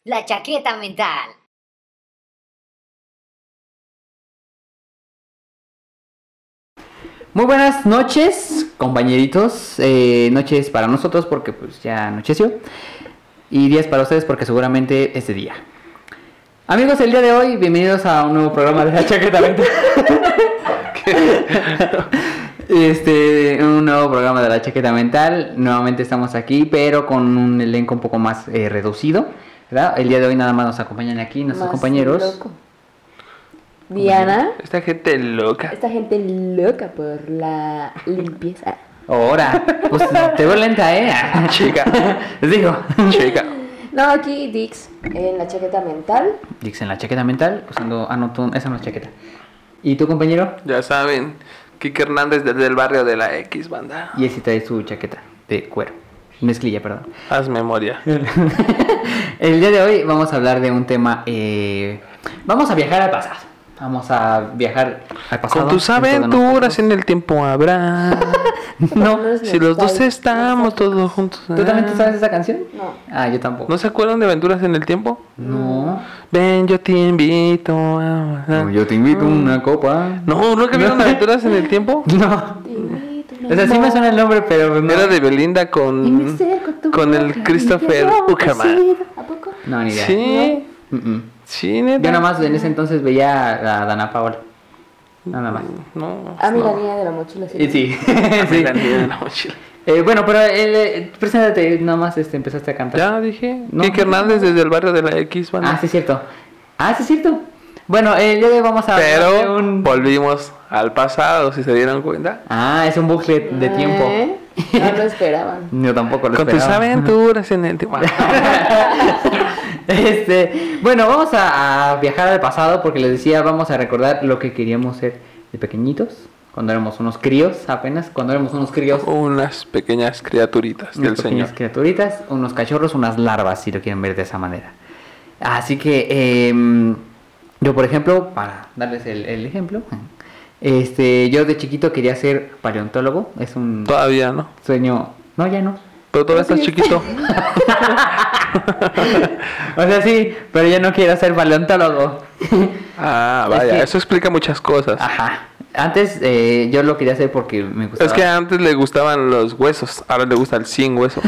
La chaqueta mental. Muy buenas noches, compañeritos. Noches para nosotros porque pues ya anocheció. Y días para ustedes porque seguramente es de día. Amigos, el día de hoy, bienvenidos a un nuevo programa de La Chaqueta Mental. Un nuevo programa de La Chaqueta Mental. Nuevamente estamos aquí, pero con un elenco un poco más reducido, ¿verdad? El día de hoy nada más nos acompañan aquí nuestros compañeros. Loco. Diana. Esta gente loca. Esta gente loca por la limpieza. Ahora, pues te veo lenta, Chica. Les digo. Chica. No, aquí Dix en la chaqueta mental. Dix en la chaqueta mental, usando. Esa no es chaqueta. ¿Y tu compañero? Ya saben, Kike Hernández desde el barrio de la X, banda. Y él sí trae su chaqueta de cuero. Mezclilla, perdón. Haz memoria. El día de hoy vamos a hablar de un tema. Vamos a viajar al pasado. Vamos a viajar al pasado. Con tus aventuras en el tiempo habrá. No, si los dos estamos todos juntos. ¿Tú también te sabes esa canción? No. Ah, yo tampoco. ¿No se acuerdan de Aventuras en el Tiempo? No. Ven, yo te invito a... Yo te invito a una copa. No, ¿nunca vieron Aventuras en el Tiempo? No. O sea, sí me suena el nombre, pero no. Era de Belinda con el Christopher Uckerman. ¿A poco? No, ni idea. Sí. Mm-mm. Sí, neta. Yo nada más en ese entonces veía a Dana Paola. Nada más. No. A mí no. la niña de la mochila. Sí. Sí. Sí. La niña de la mochila. Bueno, pero preséntate, nada más empezaste a cantar. Ya dije. No. Kike Hernández desde el barrio de la X, banda. Ah, sí, es cierto. Bueno, el día de hoy vamos a hablar de Pero un... volvimos al pasado, si se dieron cuenta. Ah, es un bucle de tiempo. No lo esperaban. Yo tampoco lo Con tus esperaba. aventuras en el tiempo. Bueno, vamos a viajar al pasado porque les decía, vamos a recordar lo que queríamos ser de pequeñitos, cuando éramos unos críos, Unas pequeñas criaturitas unas del pequeñas Señor. criaturitas, unos cachorros, unas larvas, si lo quieren ver de esa manera. Así que yo, por ejemplo, para darles el ejemplo, yo de chiquito quería ser paleontólogo. Es un Todavía, ¿no? sueño. No, ya no. Pero todavía estás chiquito. O sea, sí, pero yo no quiero ser paleontólogo. Ah, Es vaya, que- eso explica muchas cosas. Ajá. Antes yo lo quería hacer porque me gustaba. Es que antes le gustaban los huesos, ahora le gusta el sin hueso.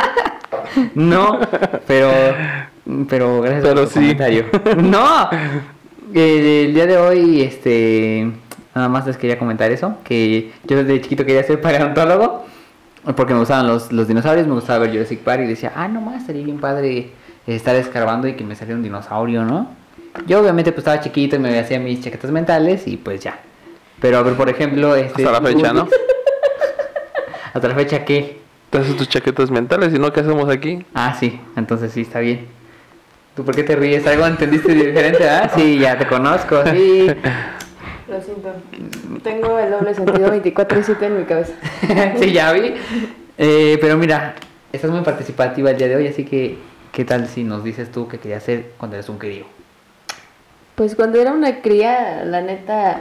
No, pero gracias Pero por tu sí. comentario. No. El día de hoy, nada más les quería comentar eso, que yo desde chiquito quería ser paleontólogo porque me gustaban los dinosaurios, me gustaba ver Jurassic Park y decía, no más, estaría bien padre estar escarbando y que me saliera un dinosaurio, ¿no? Yo obviamente pues estaba chiquito y me hacía mis chaquetas mentales y pues ya. Pero a ver, por ejemplo, Hasta la fecha, ¿no? ¿Hasta la fecha qué? Te haces tus chaquetas mentales y no, ¿qué hacemos aquí? Ah, sí, entonces sí, está bien. ¿Tú por qué te ríes? ¿Algo entendiste diferente, ah? Sí, ya te conozco, sí. Lo siento. Tengo el doble sentido 24/7 en mi cabeza. Sí, ya vi. Pero mira, estás muy participativa el día de hoy, así que, ¿qué tal si nos dices tú qué querías hacer cuando eres un crío? Pues cuando era una cría, la neta,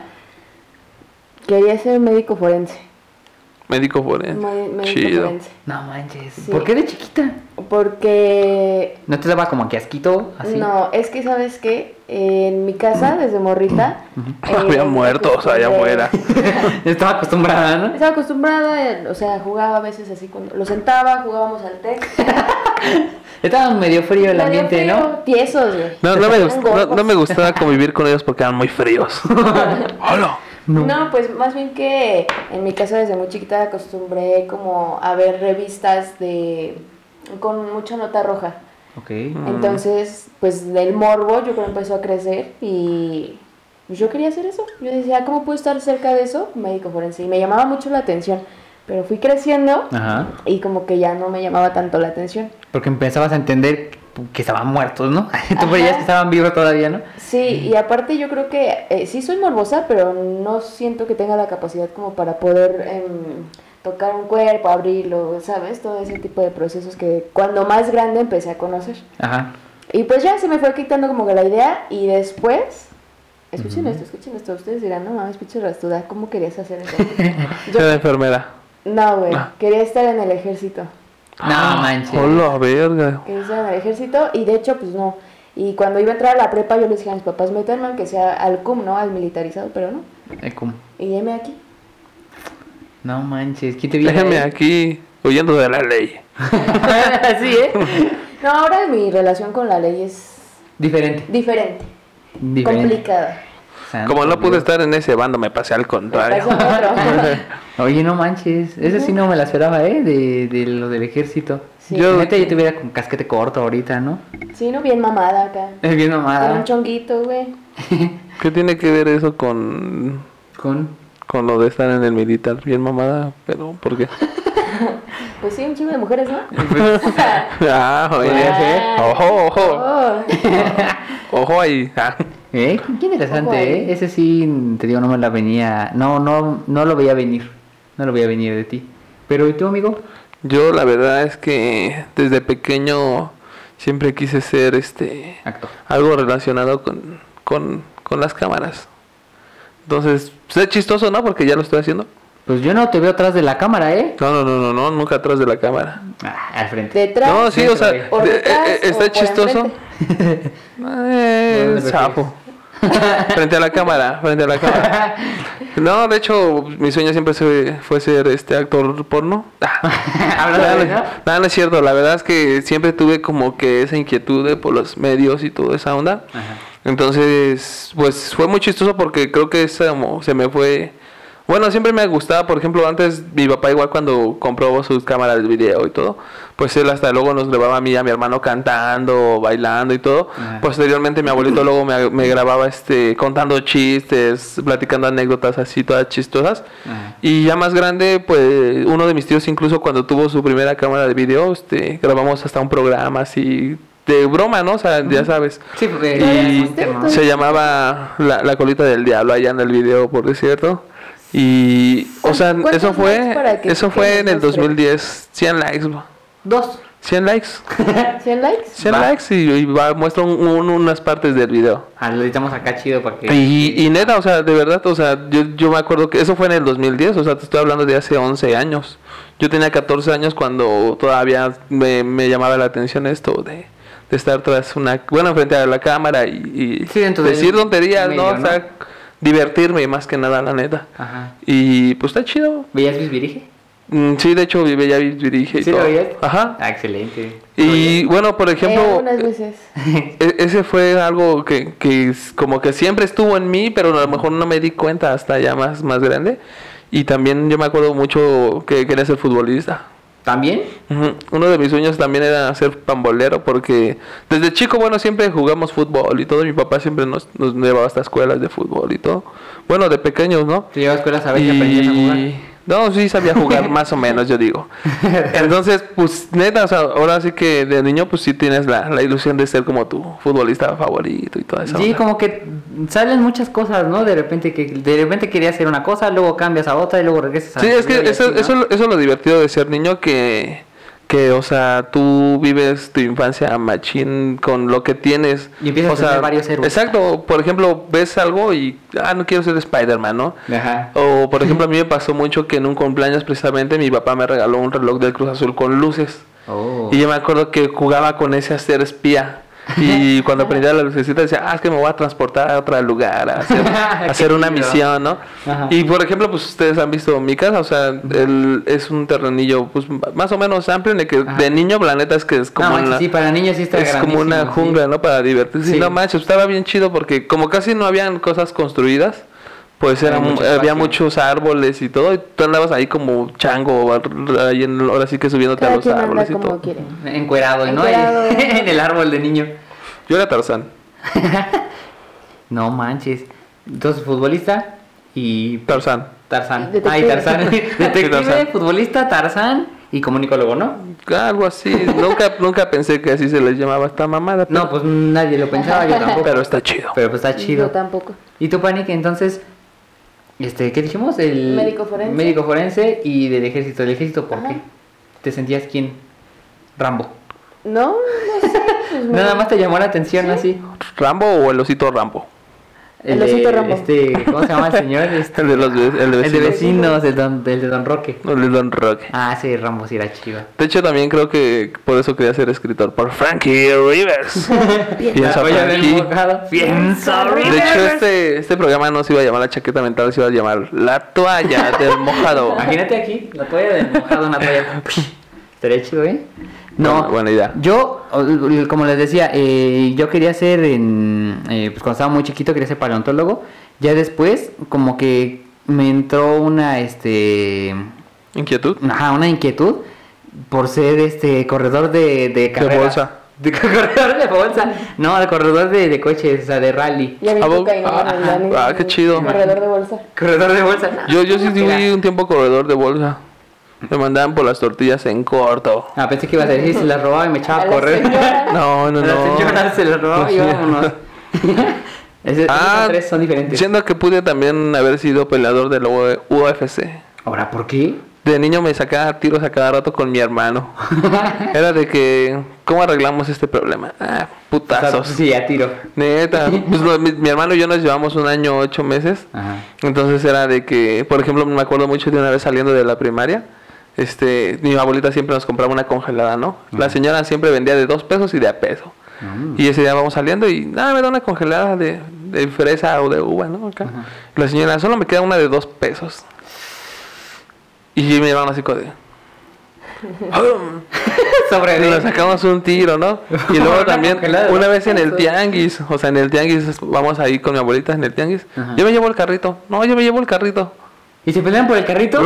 quería ser médico forense. Médico forense. Médico Chido. forense. No manches. Sí. ¿Por qué de chiquita? Porque ¿No te daba como que asquito así? no, es que sabes que en mi casa desde morrita Había muertos, allá afuera. Estaba acostumbrada, ¿no? Estaba acostumbrada, o sea, jugaba a veces así cuando lo sentaba, jugábamos al TEC. Estaba medio frío el ambiente, Medio ¿no? frío, tiesos, güey. No me gustaba convivir con ellos porque eran muy fríos. ¡Hola! No, pues más bien que en mi casa desde muy chiquita acostumbré como a ver revistas con mucha nota roja. Ok. Entonces, pues del morbo yo creo empezó a crecer y pues, yo quería hacer eso. Yo decía, ¿cómo puedo estar cerca de eso? Médico forense. Y me llamaba mucho la atención. Pero fui creciendo Ajá. y como que ya no me llamaba tanto la atención. Porque empezabas a entender que estaban muertos, ¿no? Tú veías que estaban vivos todavía, ¿no? Sí, y aparte yo creo que sí soy morbosa, pero no siento que tenga la capacidad como para poder tocar un cuerpo, abrirlo, ¿sabes? Todo ese tipo de procesos que cuando más grande empecé a conocer. Ajá. Y pues ya se me fue quitando como que la idea y después... escuchen esto, ustedes dirán, no mames, pinche rastuda, ¿cómo querías hacer eso? Era enfermera. No, güey, quería estar en el ejército. No manches. Hola, verga. Quería estar en el ejército y de hecho, pues no, Y cuando iba a entrar a la prepa, yo les dije a mis papás, métanme aunque sea al CUM, ¿no? Al militarizado, pero no. ¿Cómo? Y heme aquí. No manches, ¿quién te viene? Déjame aquí, huyendo de la ley. Así, ¿eh? No, ahora mi relación con la ley es Diferente. diferente. Diferente. Complicada. Santo Como no pude Dios. estar en ese bando, me pasé al contrario. Me pasó otro. Oye, no manches, ese sí no me la esperaba, ¿eh? De lo del ejército. Sí. Yo, neta, yo tuviera con casquete corto ahorita, ¿no? Sí, no, bien mamada acá. Es bien Con un mamada. chonguito, güey. ¿Qué tiene que ver eso con lo de estar en el militar? Bien mamada, pero ¿por qué? Pues sí, un chingo de mujeres, ¿no? Ah, oye. Podría ser. Ojo, ojo. Oh. Ojo ahí. Ah. Qué interesante, Ojo ahí. ¿eh? Ese sí, te digo, no me la venía... No lo veía venir. No lo veía venir de ti. Pero, ¿y tú, amigo? Yo la verdad es que desde pequeño siempre quise ser Actor. algo relacionado con las cámaras. Entonces, pues, es chistoso, ¿no? Porque ya lo estoy haciendo. Pues yo no te veo atrás de la cámara, ¿eh? No, nunca atrás de la cámara. Al frente. Detrás. No, sí, o sea, ¿Por detrás o está por chistoso. enfrente? ¿Dónde Zafo. Frente a la cámara. No, de hecho, mi sueño siempre fue ser actor porno. Hablando de eso. No, no es cierto. La verdad es que siempre tuve como que esa inquietud por los medios y toda esa onda. Ajá. Entonces, pues fue muy chistoso porque creo que se me fue. Bueno, siempre me gustaba, por ejemplo, antes mi papá igual cuando compró sus cámaras de video y todo, pues él hasta luego nos grababa a mí y a mi hermano cantando, bailando y todo. Ajá. Posteriormente mi abuelito luego me grababa contando chistes, platicando anécdotas así todas chistosas. Ajá. Y ya más grande, pues uno de mis tíos incluso cuando tuvo su primera cámara de video, grabamos hasta un programa así de broma, ¿no? O sea, ya sabes. Sí, porque... Y se llamaba la colita del diablo allá en el video, por cierto. Y, o sea, ¿Cuántos eso likes para que fue nos en el muestre? 2010. 100 likes, bro. 2. 100 likes. ¿100 likes? 100 Va. likes y muestra unas partes del video. Lo editamos acá chido para que... Y neta, o sea, de verdad, o sea, yo me acuerdo que eso fue en el 2010, o sea, te estoy hablando de hace 11 años. Yo tenía 14 años cuando todavía me llamaba la atención esto de estar frente a la cámara y Sí, dentro decir del tonterías, medio, ¿no? O sea, divertirme más que nada, la neta. Ajá. Y pues está chido. ¿Veías Bisbirige? Sí, de hecho, ya dirige y ¿Sí todo. lo veías? Ajá. Excelente. Y bueno, por ejemplo, Algunas veces. ese fue algo que como que siempre estuvo en mí, pero a lo mejor no me di cuenta hasta ya más grande. Y también yo me acuerdo mucho que quería ser futbolista. ¿También? Ujú. Uno de mis sueños también era ser pambolero porque desde chico, bueno, siempre jugamos fútbol y todo. Mi papá siempre nos llevaba hasta escuelas de fútbol y todo. Bueno, de pequeños, ¿no? ¿Te llevas a escuelas a ver si aprendías a jugar? No, sí sabía jugar más o menos, yo digo. Entonces, pues neta, o sea, ahora sí que de niño pues sí tienes la ilusión de ser como tu futbolista favorito y toda esa Sí, onda. como que salen muchas cosas, ¿no? De repente querías hacer una cosa, luego cambias a otra y luego regresas a Sí, la es que anterior y así, ¿no? eso es lo divertido de ser niño que, o sea, tú vives tu infancia machín con lo que tienes. Y empiezas o a sea, tener varios héroes. Exacto, por ejemplo, ves algo y, no quiero ser Spider-Man, ¿no? Ajá. O, por ejemplo, a mí me pasó mucho que en un cumpleaños precisamente mi papá me regaló un reloj del Cruz Azul con luces. Oh. Y yo me acuerdo que jugaba con ese hacer espía. Y cuando aprendía la lucecita decía, es que me voy a transportar a otro lugar, a hacer una chido. misión, ¿no? Ajá. Y por ejemplo, pues ustedes han visto mi casa, o sea, es un terrenillo pues más o menos amplio en el que Ajá. de niño, la neta es que es como No, manches, una... sí, para niños sí está Es como una grandísimo, jungla, sí. ¿no? Para divertirse. Sí. No manches, estaba bien chido porque como casi no habían cosas construidas, pues Había mucho había espacio. muchos árboles y todo, y tú andabas ahí como chango, ahí ahora sí que subiéndote a Cada los quien anda árboles y como todo. quiere. Encuerado, ¿no? Encuerado. En el árbol de niño. Yo era Tarzán. No manches. Entonces, futbolista y Tarzán. Tarzán. Detective. Ay, Tarzán. Detective, Tarzán. futbolista, Tarzán y comunicólogo, ¿no? Algo así. nunca pensé que así se les llamaba esta mamada. No, pues nadie lo pensaba, yo tampoco. Pero está chido. Pero pues está Yo chido. tampoco. ¿Y tú, Panic? Entonces, ¿qué dijimos? El Médico forense. Médico forense y del ejército. ¿Del ejército por Ajá. qué? ¿Te sentías quién? Rambo. No sé. Pues Nada más te llamó la atención así. ¿Rambo o el osito Rambo? El osito Rambo. ¿Cómo se llama el señor? El de vecinos, el de Don Roque. El de Don Roque. Ah, sí, Rambo sí era chido. De hecho, también creo que por eso quería ser escritor, por Frankie Rivers. Piensa Frankie. Piensa De hecho, este programa no se iba a llamar La Chaqueta Mental, se iba a llamar La Toalla del Mojado. Imagínate aquí, la toalla del mojado, una toalla. Estaría chido, ¿eh? No, Buena idea. Yo, como les decía, yo quería ser, pues cuando estaba muy chiquito, quería ser paleontólogo. Ya después, como que me entró una, ¿Inquietud? Ajá, una inquietud por ser, corredor de carreras. De bolsa. De corredor de bolsa. No, de corredor de coches, o sea, de rally. Ya vi cocaína, qué chido. Corredor de bolsa. Corredor de bolsa. Yo sí fui un tiempo corredor de bolsa. Me mandaban por las tortillas en corto. Ah, pensé que iba a decir, se las robaba y me echaba a A la correr. señora. No. A la señora se las robaba y vámonos. Esos tres son diferentes. Siendo que pude también haber sido peleador del UFC. Ahora, ¿por qué? De niño me sacaba tiros a cada rato con mi hermano. Era de que, ¿cómo arreglamos este problema? Putazos. Sí, a tiro. Neta. Pues mi hermano y yo nos llevamos 1 año 8 meses. Ajá. Entonces era de que, por ejemplo, me acuerdo mucho de una vez saliendo de la primaria. Mi abuelita siempre nos compraba una congelada, ¿no? La señora siempre vendía de 2 pesos y de a peso. Y ese día vamos saliendo y nada, me da una congelada de fresa o de uva, ¿no? Acá. La señora, solo me queda una de 2 pesos. Y mi hermano así como de... Sobre nos sacamos un tiro, ¿no? Y luego también, una vez en el tianguis, o sea, en el tianguis, vamos ahí con mi abuelita en el tianguis. Ajá. Yo me llevo el carrito. No, yo me llevo el carrito. ¿Y se pelean por el carrito?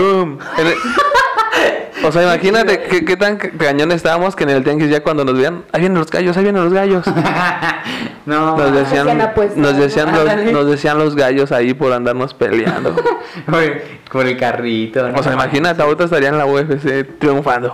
O sea, imagínate qué tan cañón estábamos que en el tianguis ya cuando nos veían, ahí vienen los gallos, ahí vienen los gallos. No, Nos decían, Ándale. nos decían los gallos ahí por andarnos peleando. por el carrito. ¿no? O sea, imagínate, ahorita estaría en la UFC triunfando.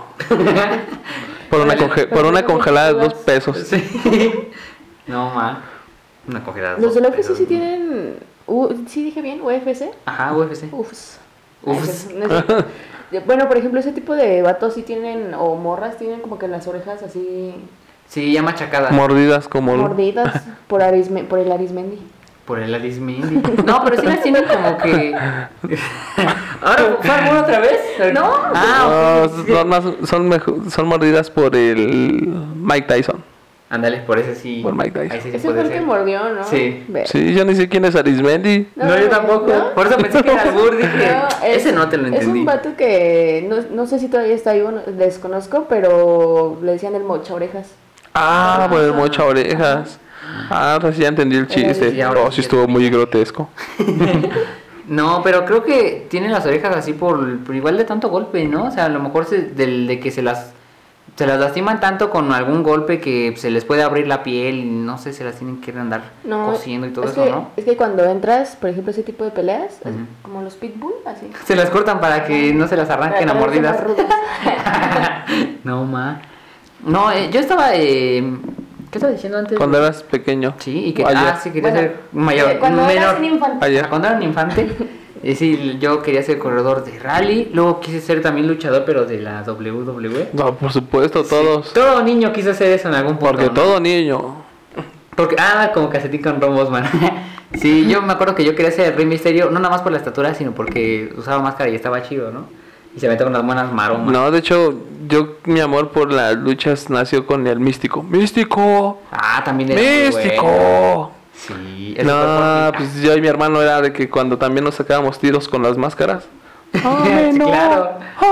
Por una congelada de 2 pesos. Sí. No, ma. Una congelada. Los del UFC sí tienen... ¿Sí dije bien? ¿UFC? Ajá, UFC. Ufs. Ufs. No sé. Bueno, por ejemplo, ese tipo de vatos sí tienen, o morras tienen como que las orejas así... Sí, ya machacada. Mordidas como... mordidas por el Arismendi. Por el Arismendi. No, pero sí las tienen como que... ¿Ahora fue alguna otra vez? No. Ah, No, son mordidas por el Mike Tyson. Ándale, por ese sí. Por Mike Tyson. Ahí sí se Ese fue puede el que ser. mordió, ¿no? Sí. Ve. Sí, yo ni sé quién es Arismendi. No, yo tampoco. ¿no? Por eso pensé que era albur, dije. Ese no te lo Es entendí. un vato que no sé si todavía está vivo, desconozco, pero le decían el mocha orejas. Por el mocha orejas. Recién ya entendí el chiste. Sí, ahora sí Estuvo muy grotesco. No, pero creo que tienen las orejas así por igual de tanto golpe, ¿no? O sea, a lo mejor de que se las lastiman tanto con algún golpe que se les puede abrir la piel y no sé, se las tienen que andar cosiendo y todo eso, ¿no? Es que cuando entras, por ejemplo, ese tipo de peleas, como los pitbull, así. Se las cortan para que no se las arranquen a Para que no mordidas. sean más rudas. No, ma. No, yo estaba... ¿qué estaba diciendo antes? Cuando eras pequeño. Sí, y que... Ayer. sí, quería Bueno, ser mayor. Cuando eras menor. un infante. Ayer. Cuando era un infante, sí, yo quería ser corredor de rally. Luego quise ser también luchador, pero de la WWE. No, por supuesto, todos. Sí, todo niño quiso hacer eso en algún punto. Porque ¿no? todo niño. Porque, como Casetín con Ron Bosman. Sí, yo me acuerdo que yo quería ser el Rey Misterio, no nada más por la estatura, sino porque usaba máscara y estaba chido, ¿no? Y se aventaba unas buenas maromas. No, de hecho, mi amor por las luchas nació con el místico. ¡Místico! También era muy ¡Místico! bueno. Sí, el No, Super pues yo y mi hermano era de que cuando también nos sacábamos tiros con las máscaras. Sí, claro.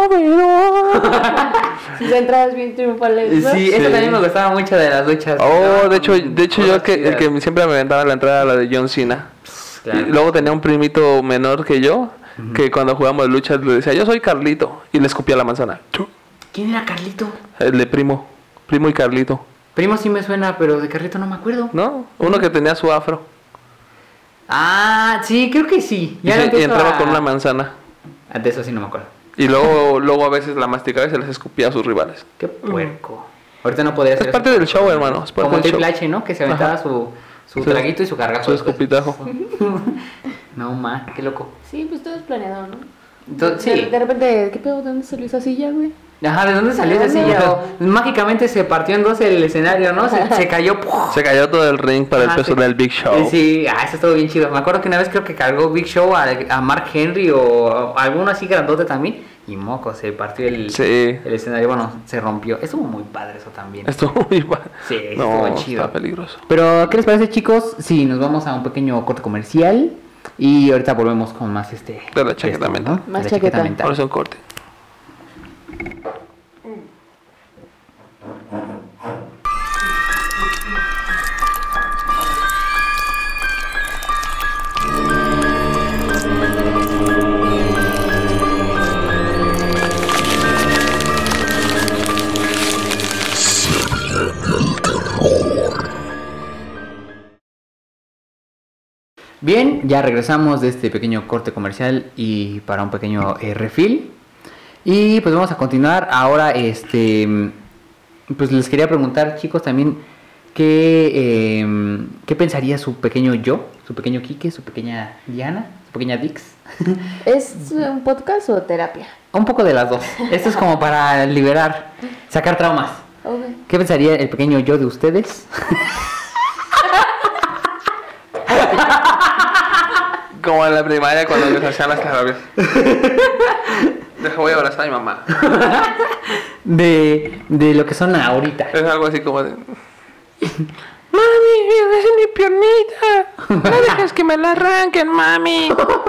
Sus entradas bien triunfales, ¿no? Sí, eso también me gustaba mucho de las luchas. De hecho yo el que siempre me aventaba la entrada era la de John Cena. Claro. Y luego tenía un primito menor que yo, que cuando jugábamos luchas le decía, yo soy Carlito, y le escupía la manzana. ¿Quién era Carlito? El de Primo y Carlito. Primo sí me suena, pero de Carlito no me acuerdo. ¿No? Uno que tenía su afro. Sí, creo que sí. Y entraba con una manzana. De eso sí no me acuerdo. Y luego a veces la masticaba y se las escupía a sus rivales. Qué puerco. Ahorita no podría ser Es parte del show, hermano. Es parte como del show. Triple H, ¿no? Que se aventaba su traguito y su cargazo. Su después. escupitajo. No, qué loco. Sí, pues todo es planeado, ¿no? Entonces, sí. De repente, ¿qué pedo? ¿De dónde salió esa silla, güey? Ajá, ¿de dónde salió esa silla? Mágicamente se partió en dos el escenario, ¿no? Se cayó. Se cayó todo el ring para el peso del Big Show. Sí, eso estuvo bien chido. Me acuerdo que una vez creo que cargó Big Show a Mark Henry o alguno así grandote también. Y moco, se partió el escenario. Bueno, se rompió. Estuvo muy padre eso también. Estuvo muy padre. Sí, estuvo chido. Está peligroso. Pero, ¿qué les parece, chicos? Sí, nos vamos a un pequeño corte comercial. Y ahorita volvemos con más de la chaqueta mental. ¿no? Más chaqueta mental. Ahora es un corte. Bien, ya regresamos de este pequeño corte comercial y para un pequeño refill. Y pues vamos a continuar ahora, pues les quería preguntar, chicos, también qué pensaría su pequeño yo, su pequeño Quique, su pequeña Diana, su pequeña Dix. ¿Es un podcast o terapia? Un poco de las dos. Esto es como para liberar, sacar traumas. Okay. ¿Qué pensaría el pequeño yo de ustedes? Como en la primaria cuando les hacían las terapias. Voy a abrazar a mi mamá. De lo que son ahorita. Es algo así como de... Mami, esa es mi piernita. No dejes que me la arranquen, mami.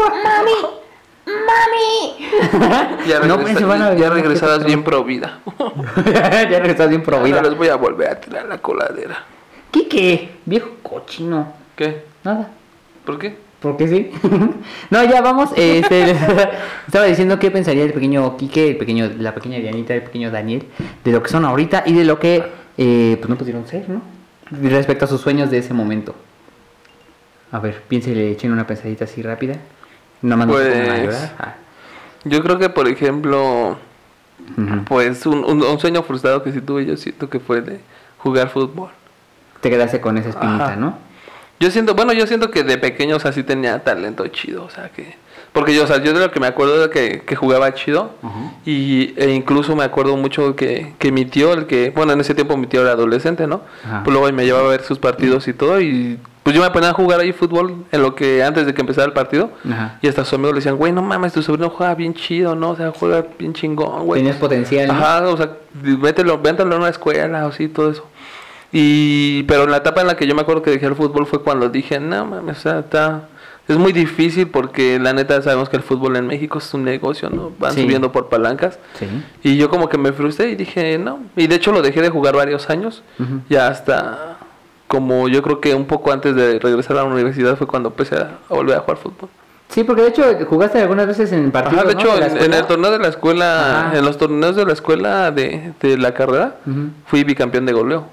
¡Mami! Ya, ya regresadas bien pro vida. Ya regresadas bien pro vida. No les voy a volver a tirar la coladera. ¿Qué? Viejo cochino. ¿Qué? Nada. ¿Por qué? Porque sí. No, ya vamos. Estaba diciendo qué pensaría el pequeño Quique, la pequeña Dianita, el pequeño Daniel, de lo que son ahorita y de lo que pues no pudieron ser, ¿no? Respecto a sus sueños de ese momento. A ver, piénsele, echen una pensadita así rápida. Nada más pues, no se pongan a llorar. Yo creo que, por ejemplo, pues un sueño frustrado que sí tuve, yo siento que fue de jugar fútbol. Te quedaste con esa espinita, Ajá. ¿no? Yo siento que de pequeño, o sea, sí tenía talento chido, o sea, que... Porque yo de lo que me acuerdo de que jugaba chido, e incluso me acuerdo mucho que mi tío, bueno, en ese tiempo mi tío era adolescente, ¿no? Pues luego me llevaba a ver sus partidos y todo, y pues yo me ponía a jugar ahí fútbol antes de que empezara el partido, y hasta sus amigos le decían, güey, no mames, tu sobrino juega bien chido, ¿no? O sea, juega bien chingón, güey. Tenías potencial, ¿no? Ajá, o sea, véntelo a una escuela, o sí, todo eso. Pero en la etapa en la que yo me acuerdo que dejé el fútbol fue cuando dije, no mames, o sea, es muy difícil porque la neta sabemos que el fútbol en México es un negocio, ¿no? Van subiendo por palancas. Sí. Y yo como que me frustré y dije, no. Y de hecho lo dejé de jugar varios años, ya hasta como yo creo que un poco antes de regresar a la universidad fue cuando empecé a volver a jugar fútbol. Sí, porque de hecho jugaste algunas veces en partidos, de hecho, ¿no? en el torneo de la escuela, en los torneos de la escuela de la carrera, fui bicampeón de goleo.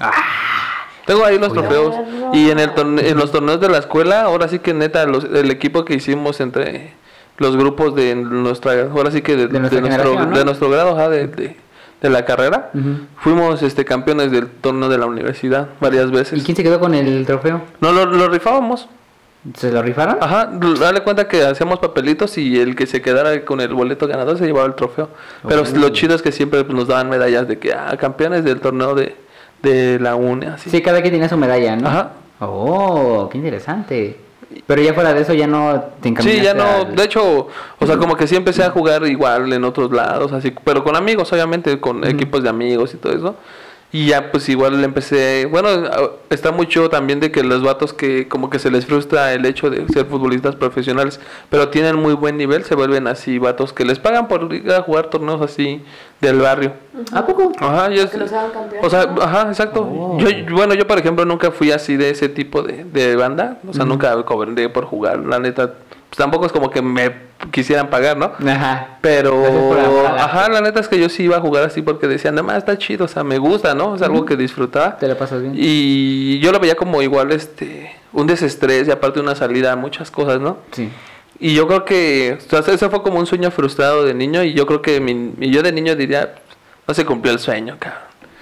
Tengo ahí los trofeos. Y en los torneos de la escuela, ahora sí que neta, el equipo que hicimos entre los grupos de nuestra, ahora sí que de nuestro grado, de la carrera, fuimos campeones del torneo de la universidad varias veces. ¿Y quién se quedó con el trofeo? No, lo rifábamos. ¿Se lo rifaron? Ajá, dale cuenta que hacíamos papelitos y el que se quedara con el boleto ganador se llevaba el trofeo. Pero lo chido es que siempre nos daban medallas de que campeones del torneo de la UNE, así. Sí, cada quien tenía su medalla, ¿no? Ajá. Oh, qué interesante. Pero ya fuera de eso ya no te encaminaste. Sí, ya no, de hecho, o sea, como que sí empecé a jugar igual en otros lados, así, pero con amigos, obviamente, con equipos de amigos y todo eso. Y ya pues igual le empecé, bueno, está mucho también de que los vatos que como que se les frustra el hecho de ser futbolistas profesionales, pero tienen muy buen nivel, se vuelven así vatos que les pagan por ir a jugar torneos así del barrio. ¿A poco? Ajá, que los hagan campeones. O sea, ajá, exacto. Oh. Yo por ejemplo nunca fui así de ese tipo de banda, o sea, nunca cobré por jugar, la neta. Pues tampoco es como que me quisieran pagar, ¿no? Ajá. Pero, ajá, la neta es que yo sí iba a jugar así porque decía, nada más está chido, o sea, me gusta, ¿no? Es algo que disfrutaba. Te la pasas bien. Y yo lo veía como igual, un desestrés y aparte una salida a muchas cosas, ¿no? Sí. Y yo creo que, o sea, eso fue como un sueño frustrado de niño y yo creo que mi yo de niño diría, no se cumplió el sueño, cabrón.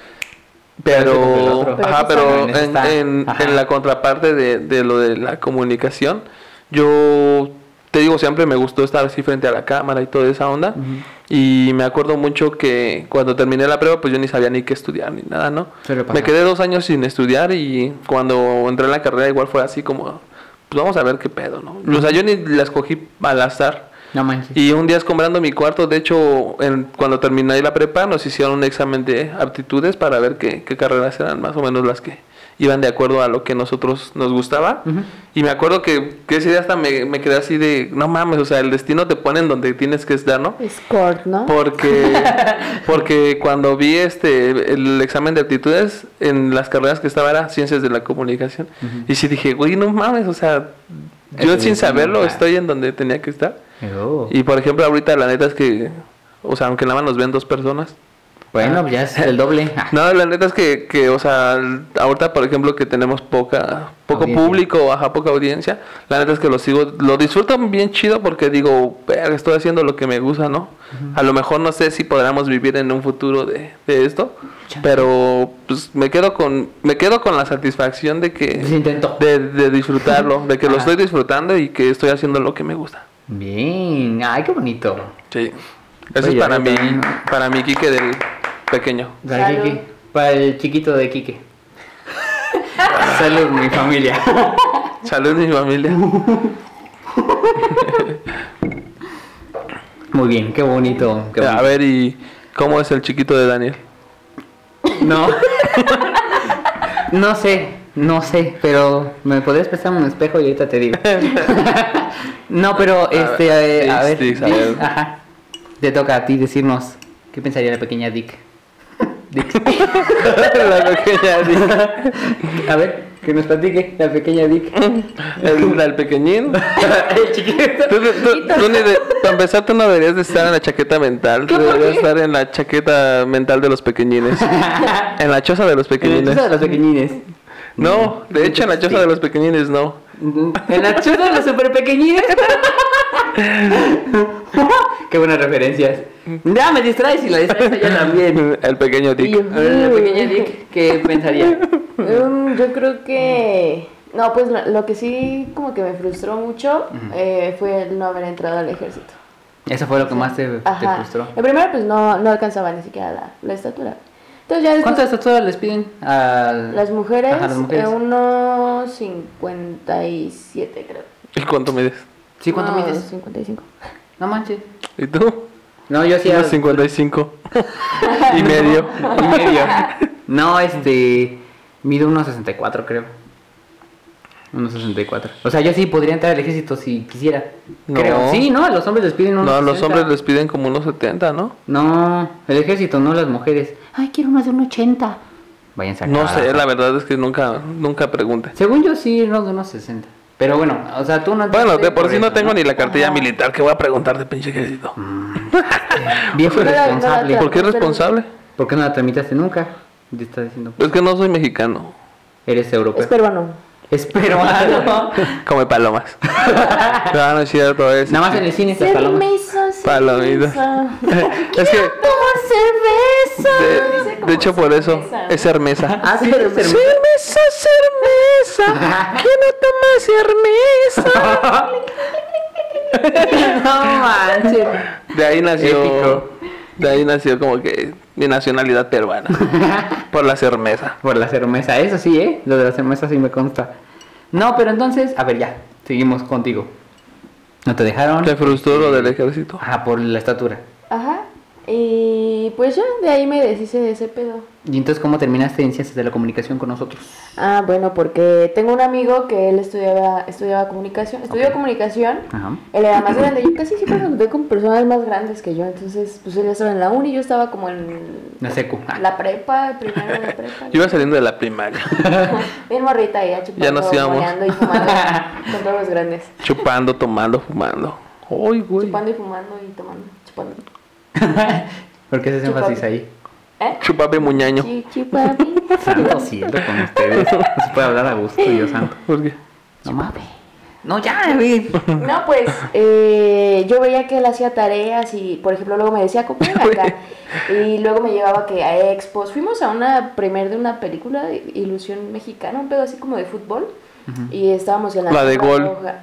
Pero en la contraparte de lo de la comunicación, yo te digo, siempre me gustó estar así frente a la cámara y toda esa onda. Y me acuerdo mucho que cuando terminé la prueba, pues yo ni sabía ni qué estudiar ni nada, ¿no? Me quedé 2 años sin estudiar y cuando entré en la carrera igual fue así como, pues vamos a ver qué pedo, ¿no? O sea, yo ni la escogí al azar. No manches. Y un día escombrando mi cuarto, de hecho, cuando terminé la prepa, nos hicieron un examen de aptitudes para ver qué carreras eran más o menos las que iban de acuerdo a lo que nosotros nos gustaba. Y me acuerdo que ese día hasta me quedé así de, no mames, o sea, el destino te pone en donde tienes que estar, ¿no? Escort, ¿no? Porque cuando vi el examen de aptitudes, en las carreras que estaba era ciencias de la comunicación. Y sí dije, güey, no mames, o sea, yo sin saberlo estoy en donde tenía que estar. Y por ejemplo, ahorita la neta es que, o sea, aunque nada más nos ven 2 personas. Bueno, ya es el doble. No, la neta es que, o sea, ahorita por ejemplo que tenemos poco audiencia. público, poca audiencia, la neta es que lo disfruto bien chido porque digo, estoy haciendo lo que me gusta, ¿no? A lo mejor no sé si podremos vivir en un futuro de esto, pero pues me quedo con la satisfacción de que de disfrutarlo, de que lo estoy disfrutando y que estoy haciendo lo que me gusta. Bien, ay, qué bonito. Sí. Eso es para mi Quique del pequeño. Para Quique, para el chiquito de Quique. Salud, mi familia. Salud, mi familia. Muy bien, qué bonito. A ver, ¿y cómo es el chiquito de Daniel? No. No sé, pero me podrías prestar un espejo y ahorita te digo. No, pero a ver. Ajá. Te toca a ti decirnos qué pensaría la pequeña Dick. La pequeña Dick. A ver, que nos platique la pequeña Dick. El pequeñín. El chiquito. Para empezar, tú no deberías de estar en la chaqueta mental. Tú deberías estar en la chaqueta mental de los pequeñines. En la choza de los pequeñines. En la choza de los pequeñines. No, de hecho en la choza de los pequeñines no. En la choza de los super pequeñines. Qué buenas referencias. Ya me distraes y la distraes ella también. El pequeño Dick. La pequeña Dick, ¿qué pensaría? Yo creo que... No, pues lo que sí como que me frustró mucho fue el no haber entrado al ejército. Eso fue lo que más te frustró. El primero pues no alcanzaba ni siquiera la estatura. Entonces ya después, ¿cuántas estaturas les piden a las mujeres? Ajá, las mujeres. 1.57 creo. ¿Y cuánto mides? Sí, ¿cuánto mides? 55. No manches. ¿Y tú? No, yo sí. 55 y medio. No, mido 1.64 creo. 1.64. O sea, yo sí podría entrar al ejército si quisiera. No. Creo. Sí, ¿no? A los hombres les piden 1.60. No, a los hombres les piden como 1.70, ¿no? No, el ejército, no las mujeres. Ay, quiero uno de 1.80. Vayan a No sé, la verdad es que nunca pregunté. Según yo sí, uno de 1.60. Pero bueno, o sea, tú no... Bueno, de por sí no tengo ni la cartilla militar, que voy a preguntar de pinche ejército. Viejo irresponsable. ¿Por qué responsable? ¿Por qué no la tramitaste nunca? Te está diciendo. Es que no soy mexicano. Eres europeo. Es peruano. Es peruano. Come palomas. No es cierto, es. Nada más en el cine estas palomas. Palomitas. Es que. Cerveza. De hecho, por eso es Hermesa. Ah, sí, eres cerveza. Cerveza. ¿Quién no toma cerveza? No manches. De ahí nació. Épico. De ahí nació como que mi nacionalidad peruana. Por la cerveza. Por la cerveza, eso sí, lo de la cerveza sí me consta. No, pero entonces, a ver, ya, seguimos contigo. ¿No te dejaron? ¿Te frustró lo del ejército? Ah, por la estatura. Ajá. Y pues ya, de ahí me deshice de ese pedo. ¿Y entonces cómo terminaste en ciencias de la comunicación con nosotros? Ah, bueno, porque tengo un amigo que él estudió comunicación. Estudió comunicación. Ajá. Él era más grande. Yo casi siempre me junté con personas más grandes que yo. Entonces, pues él ya estaba en la uni, yo estaba como en La secu. la prepa, primero de la prepa. Yo iba saliendo de la primaria. Bien morrita ahí, chupando, Ya nos íbamos. moneando y fumando con todos los grandes. Chupando, tomando, fumando. Uy, güey. Chupando y fumando y tomando. Chupando. ¿Por qué se énfasis ahí? ¿Eh? Chupapi muñaño. Chupapi. Santo cielo con ustedes. No se puede hablar a gusto, Dios santo. ¿Por qué? No mames. No, ya, güey. No, pues yo veía que él hacía tareas y, por ejemplo, luego me decía, acompáñame acá. Y luego me llevaba que a expos. Fuimos a una premier de una película de Ilusión Mexicana, un pedo así como de fútbol. Y estábamos en La de alfombra Gol. roja. Ah,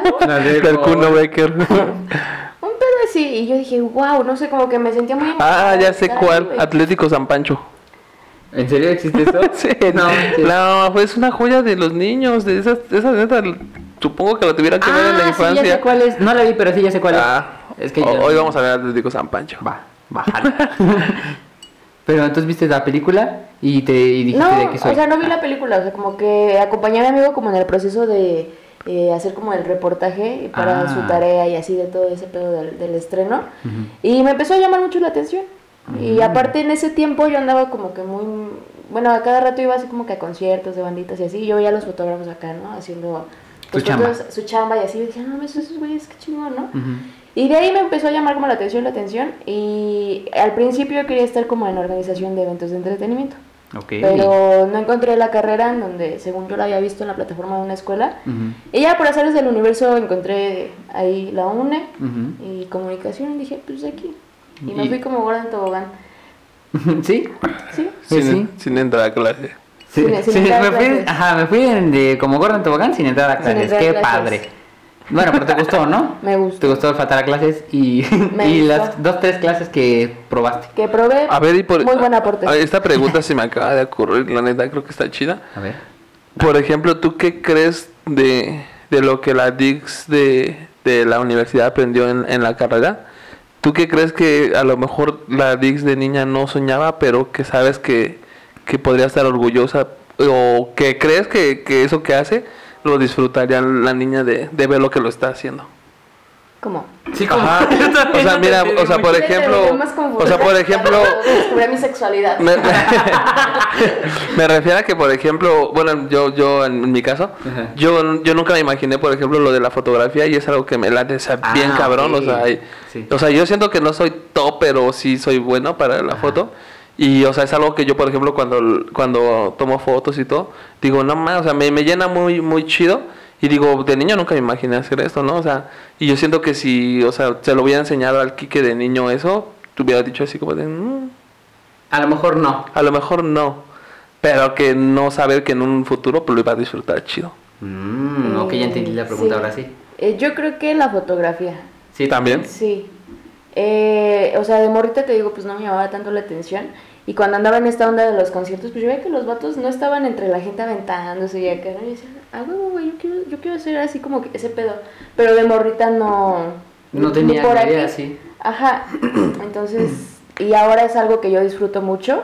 Del Kuno Becker. Un pedo así, y yo dije, wow, no sé, como que me sentía muy Ah, ya sé emocionada, cuál. güey. Atlético San Pancho. ¿En serio existe esto? Sí, No, no, pues es una joya de los niños. De esas neta, supongo que la tuvieran que ver en la sí, ya infancia. sé cuál es. No la vi, pero sí, ya sé cuál es. Es que hoy vamos a ver Atlético San Pancho. Va, bájala. Pero entonces viste la película y dijiste No, de qué soy. o sea, no vi la película, o sea, como que acompañé a mi amigo como en el proceso de hacer como el reportaje para su tarea y así de todo ese pedo del estreno. Y me empezó a llamar mucho la atención. Y aparte en ese tiempo yo andaba como que muy... Bueno, a cada rato iba así como que a conciertos de banditas y así. Y yo veía a los fotógrafos acá, ¿no? Haciendo pues, su chamba y así. Y dije, no, esos güeyes, qué chingón, ¿no? Y de ahí me empezó a llamar como la atención. Y al principio yo quería estar como en organización de eventos de entretenimiento. Okay. Pero no encontré la carrera en donde, según yo la había visto en la plataforma de una escuela. Y ya por azares del universo encontré ahí la UNE y comunicación. Y dije, pues aquí. Y me fui como gorda en tobogán. ¿Sí? Sí. Sin entrar a clase. Sí, Sin entrar a me fui, clases. me fui como gordo en tobogán sin entrar a Sin clases. entrar a Qué clases. padre. Bueno, pero te gustó, ¿no? Me gustó. Te gustó faltar a clases y Me gustó. las 2-3 clases que probaste. Que probé. A ver, y por... Muy buen aporte. A ver, esta pregunta se me acaba de ocurrir, la neta, creo que está chida. A ver. Por ejemplo, ¿tú qué crees de lo que la Dix de la universidad aprendió en la carrera? ¿Tú qué crees que a lo mejor la Dix de niña no soñaba, pero que sabes que podría estar orgullosa? ¿O que crees que eso que hace lo disfrutaría la niña de ver lo que lo está haciendo? ¿Cómo? Sí, Ajá. O sea, mira, o sea, por ejemplo, Descubrí mi sexualidad. Me refiero a que, por ejemplo, bueno, yo en mi caso, Ajá. yo nunca me imaginé, por ejemplo, lo de la fotografía y es algo que me late, o sea, bien cabrón, ok. Sí. o sea, yo siento que no soy top, pero sí soy bueno para la foto. Y, o sea, es algo que yo, por ejemplo, cuando tomo fotos y todo, digo, no más, o sea, me llena muy, muy chido. Y digo, de niño nunca me imaginé hacer esto, ¿no? O sea, y yo siento que si, o sea, se lo hubiera enseñado al Quique de niño eso, te hubiera dicho así como de... A lo mejor no. a lo mejor no, pero que no saber que en un futuro pues lo iba a disfrutar chido. Ok, ya entendí la pregunta, ahora sí. Yo creo que la fotografía. Sí, ¿También? Sí. O sea, de morrita te digo, pues no me llamaba tanto la atención. Y cuando andaba en esta onda de los conciertos, pues yo veía que los vatos no estaban entre la gente aventándose y acá, ¿no? Y decía, güey, yo quiero hacer así como que ese pedo. Pero de morrita no... No ni tenía por ni aquí. idea, sí. Ajá. Entonces, y ahora es algo que yo disfruto mucho.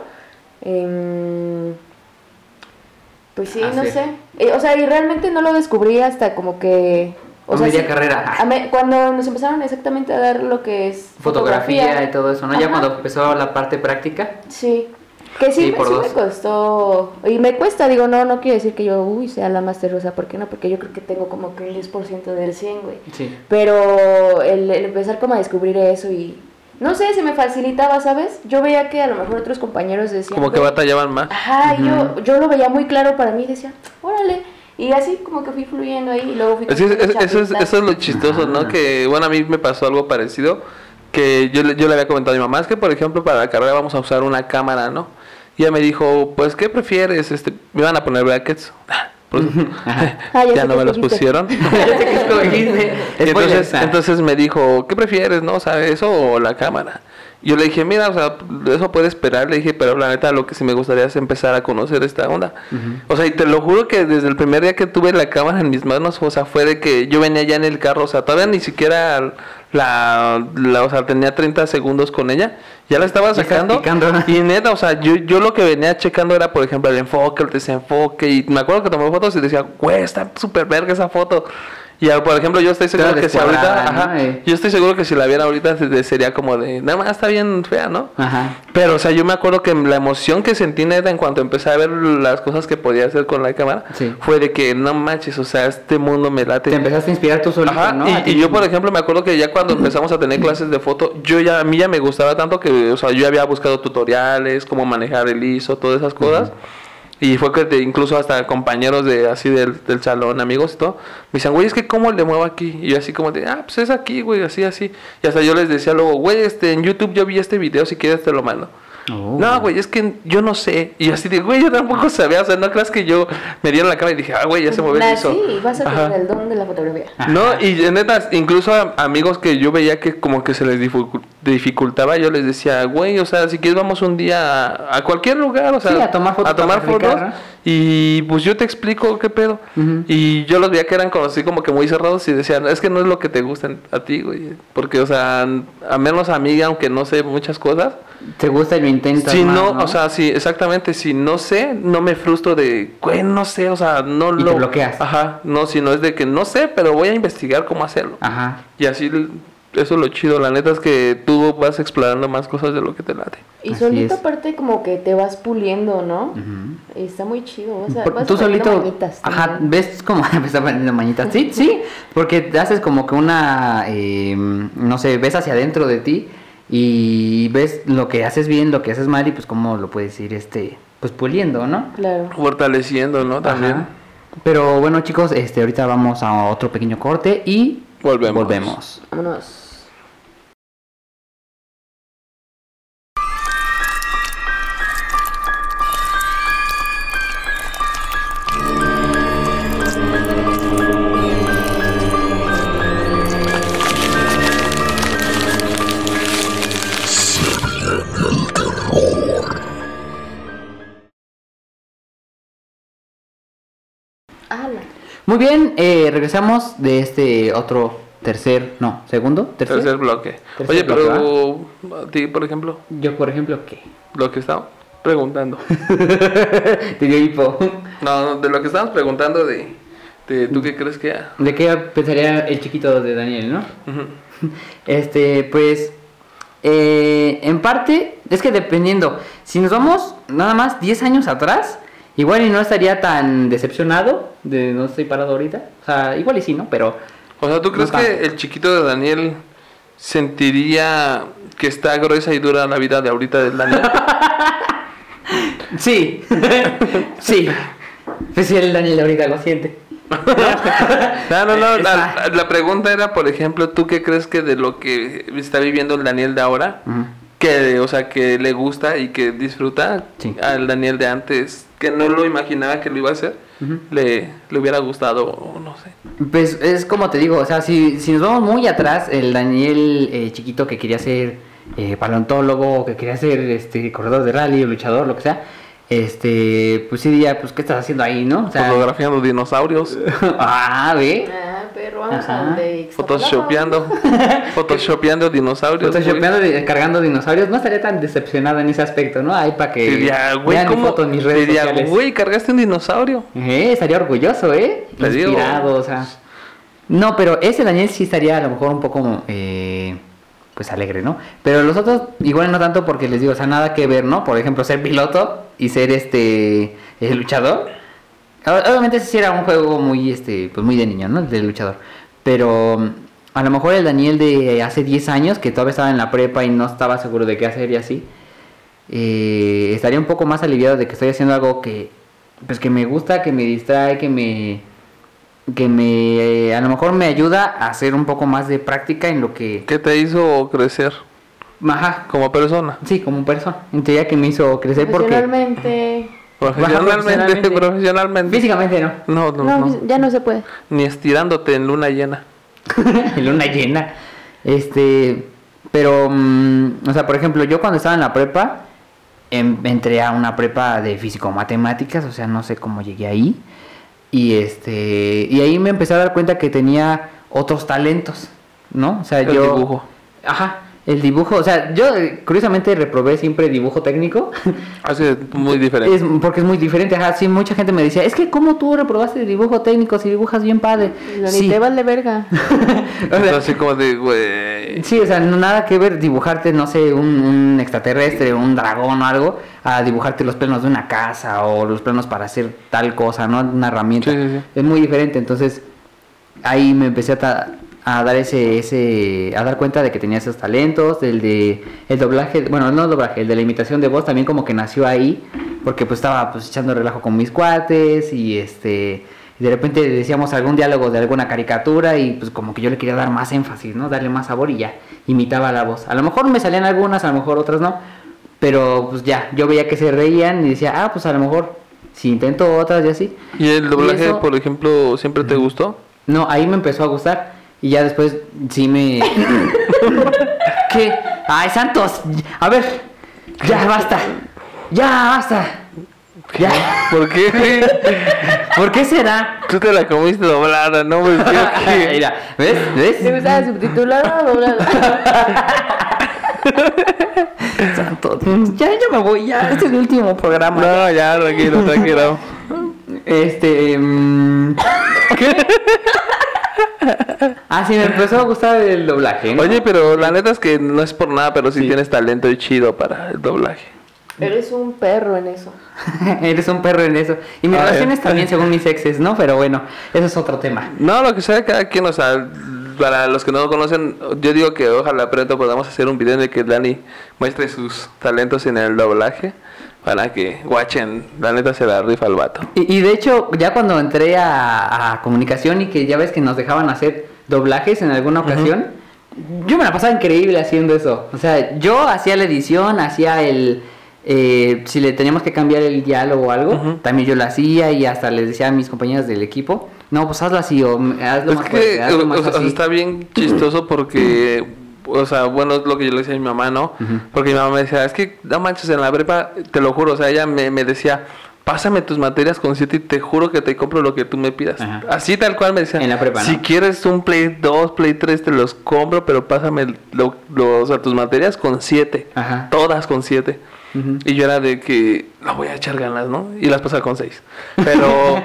Pues sí, no sé. O sea, y realmente no lo descubrí hasta como que... O sea, media sí, carrera. cuando nos empezaron exactamente a dar lo que es Fotografía y todo eso, ¿no? Ya Ajá. cuando empezó la parte práctica. Sí, que Sí, sí, por sí dos. me costó, y me cuesta, digo, no quiere decir que yo, sea la Master Rosa, ¿por qué no? Porque yo creo que tengo como que el 10% del 100, güey. Sí. Pero el empezar como a descubrir eso y, no sé, se me facilitaba, ¿sabes? Yo veía que a lo mejor otros compañeros decían... Como que "Güey". batallaban más. Ajá, y yo lo veía muy claro para mí, decía, órale. Y así como que fui fluyendo ahí y luego fui... Es que consiguiendo chapitas. eso es lo chistoso, ¿no? Que, bueno, a mí me pasó algo parecido, que yo le había comentado a mi mamá, es que, por ejemplo, para la carrera vamos a usar una cámara, ¿no? Y ella me dijo, pues, ¿qué prefieres? Me iban a poner brackets. Pues, Ya ya sé no qué me los escogiste. pusieron. Ya sé que escogiste. Y Spoilers. entonces me dijo, ¿qué prefieres, no? O sea, ¿eso o la cámara? Yo le dije, mira, o sea, eso puede esperar. Le dije, pero la neta, lo que sí me gustaría es empezar a conocer esta onda. O sea, y te lo juro que desde el primer día que tuve la cámara en mis manos, o sea, fue de que yo venía ya en el carro, o sea, todavía ni siquiera o sea, tenía 30 segundos con ella, ya la estaba Ya estás sacando. picando. Y neta, o sea, yo lo que venía checando era, por ejemplo, el enfoque, el desenfoque. Y me acuerdo que tomé fotos y decía, güey, está súper verga esa foto. Y por ejemplo, yo estoy seguro Toda que si ahorita, descuadrada, ¿no? yo estoy seguro que si la viera ahorita sería como de, nada más está bien fea, ¿no? Ajá. Pero, o sea, yo me acuerdo que la emoción que sentí neta en cuanto empecé a ver las cosas que podía hacer con la cámara, Sí. fue de que no manches, o sea, este mundo me late. Te empezaste a inspirar tú solito, Ajá, ¿no? A ti y yo, mismo. por ejemplo, me acuerdo que ya cuando empezamos a tener clases de foto, a mí ya me gustaba tanto que, o sea, yo ya había buscado tutoriales, cómo manejar el ISO, todas esas cosas. Y fue que incluso hasta compañeros así del salón, amigos y todo, me decían, güey, es que ¿cómo le muevo aquí? Y yo así como de, pues es aquí, güey, así. Y hasta yo les decía luego, güey, en YouTube yo vi este video, si quieres te lo mando. Oh. No, güey, es que yo no sé. Y yo así de, güey, yo tampoco sabía. O sea, no creas que yo me dieron la cámara y dije, güey, ya se movió el Sí, vas a tener el don de la fotografía. No, y neta, incluso a amigos que yo veía que como que se les dificultaba, yo les decía, güey, o sea, si quieres vamos un día a cualquier lugar, o sea, Sí, a tomar fotos, fotos, y pues yo te explico qué pedo. Y yo los veía que eran así como que muy cerrados y decían, es que no es lo que te gusta a ti, güey, porque, o sea, a menos a mí, aunque no sé muchas cosas, te gusta y lo intentas si más, no, ¿no? o sea, sí, exactamente, si no sé, no me frustro de, güey, no sé, o sea, no Y lo... te bloqueas. Ajá, no, sino es de que no sé, pero voy a investigar cómo hacerlo. Ajá. Y así, eso es lo chido, la neta es que tú vas explorando más cosas de lo que te late. Y Así solito es. aparte como que te vas puliendo, ¿no? Ujú. Está muy chido, vas Tú aprendiendo solito, mañitas ajá, también. ves como me está aprendiendo mañitas. Sí, sí, porque te haces como que una, no sé, ves hacia adentro de ti y ves lo que haces bien, lo que haces mal y pues cómo lo puedes ir, pues puliendo, ¿no? Claro. Fortaleciendo, ¿no? También. Ajá. Pero bueno, chicos, ahorita vamos a otro pequeño corte y volvemos. Vámonos. ¡Hala! Muy bien, regresamos de Tercer bloque. Tercer Oye, bloque, pero a ti, por ejemplo, Yo, por ejemplo, ¿qué? lo que estaba preguntando. Te dio hipo. No, de lo que estábamos preguntando de tú qué crees que... ¿De qué pensaría el chiquito de Daniel, no? Ujú. Pues, en parte, es que dependiendo, si nos vamos nada más 10 años atrás, igual y no estaría tan decepcionado de no estoy parado ahorita. O sea, igual y sí, ¿no? Pero, O sea, ¿tú crees No que tanto. el chiquito de Daniel sentiría que está gruesa y dura la vida de ahorita del Daniel? sí, sí. Pues si el Daniel ahorita lo siente. No, Está- la pregunta era, por ejemplo, ¿tú qué crees que de lo que está viviendo el Daniel de ahora, Ujú. que, o sea, que le gusta y que disfruta Sí. al Daniel de antes, que no lo imaginaba que lo iba a hacer, Ujú. le hubiera gustado, o no sé? Pues es como te digo, o sea, si nos vamos muy atrás, el Daniel chiquito que quería ser paleontólogo, que quería ser corredor de rally, luchador, lo que sea, pues sí diría, pues ¿qué estás haciendo ahí, no? O sea, Fotografiando dinosaurios, ¿ve? Ah, pero vamos Ajá. al de photoshopeando dinosaurios. güey. Photoshopeando, cargando dinosaurios, no estaría tan decepcionado en ese aspecto, ¿no? Ahí para que Diría, güey, vean mi ¿cómo? foto en mis redes Diría, sociales. güey, cargaste un dinosaurio. Estaría orgulloso, Te digo. Inspirado, o sea. No, pero ese Daniel sí estaría a lo mejor un poco, pues alegre, ¿no? Pero los otros igual no tanto porque les digo, o sea, nada que ver, ¿no? Por ejemplo, ser piloto y ser luchador. Obviamente ese sí era un juego muy, pues muy de niño, ¿no? De luchador. Pero a lo mejor el Daniel de hace 10 años, que todavía estaba en la prepa y no estaba seguro de qué hacer y así, estaría un poco más aliviado de que estoy haciendo algo que, pues que me gusta, que me distrae, que a lo mejor me ayuda a hacer un poco más de práctica en lo que... ¿Qué te hizo crecer Ajá, como persona? sí, como persona. En teoría que me hizo crecer porque... Profesionalmente. Profesionalmente. Físicamente no. No, ya no se puede. Ni estirándote en luna llena. En luna llena. Pero, o sea, por ejemplo, yo cuando estaba en la prepa, entré a una prepa de físico-matemáticas, o sea, no sé cómo llegué ahí. Y ahí me empecé a dar cuenta que tenía otros talentos, ¿no? O sea, El dibujo. Ajá, el dibujo, o sea, yo curiosamente reprobé siempre dibujo técnico. Así muy diferente. Porque es muy diferente, ajá, sí, mucha gente me decía, es que ¿cómo tú reprobaste dibujo técnico si dibujas bien padre? Ni Sí. te vale verga. O sea, Así como de, güey. sí, o sea, no nada que ver dibujarte, no sé, un extraterrestre, un dragón o algo, a dibujarte los planos de una casa o los planos para hacer tal cosa, ¿no? Una herramienta. Sí, sí, sí. Es muy diferente, entonces ahí me empecé a dar a dar cuenta de que tenía esos talentos, el doblaje, bueno, no el doblaje, el de la imitación de voz también como que nació ahí, porque pues estaba pues echando relajo con mis cuates y y de repente decíamos algún diálogo de alguna caricatura y pues como que yo le quería dar más énfasis, ¿no? Darle más sabor y ya, imitaba la voz. A lo mejor me salían algunas, a lo mejor otras no, pero pues ya, yo veía que se reían y decía, pues a lo mejor si intento otras y así. ¿Y el doblaje, eso, por ejemplo, siempre te gustó? No, ahí me empezó a gustar y ya después sí me... ¿Qué? ¡Ay, Santos! A ver, ya basta, ya. ¿Por qué? ¿Por qué será? Tú te la comiste doblada, ¿no? Pues, Mira, ¿ves? ¿Te gusta subtitulada o doblada? Santos, ya me voy, ya, este es el último programa. No, ya, tranquilo. ¿Qué? Sí, me empezó a gustar el doblaje, ¿no? Oye, pero la neta es que no es por nada, pero sí tienes talento y chido para el doblaje. Eres un perro en eso. Eres un perro en eso. Y mis relaciones también según mis exes, ¿no? Pero bueno, eso es otro tema. No, lo que sea cada quien, o sea, para los que no lo conocen, yo digo que ojalá pronto podamos hacer un video en el que Dani muestre sus talentos en el doblaje. Para que guachen, la neta se la rifa al vato. Y de hecho, ya cuando entré a comunicación y que ya ves que nos dejaban hacer doblajes en alguna ocasión, yo me la pasaba increíble haciendo eso. O sea, yo hacía la edición, hacía el... si le teníamos que cambiar el diálogo o algo, también yo lo hacía y hasta les decía a mis compañeras del equipo, no, pues hazlo así o hazlo Es más que fuerte, hazlo más así. está bien chistoso porque... O sea, bueno, es lo que yo le decía a mi mamá, ¿no? Porque mi mamá me decía, es que no manches, en la prepa, te lo juro, o sea, ella me decía, pásame tus materias con 7 y te juro que te compro lo que tú me pidas. Ajá. Así tal cual me decía. En la prepa, ¿no? Si quieres un Play 2, Play 3, te los compro, pero pásame o sea, tus materias con 7. Ajá. Todas con 7. Y yo era de que no voy a echar ganas, ¿no? Y las pasaba con 6. Pero,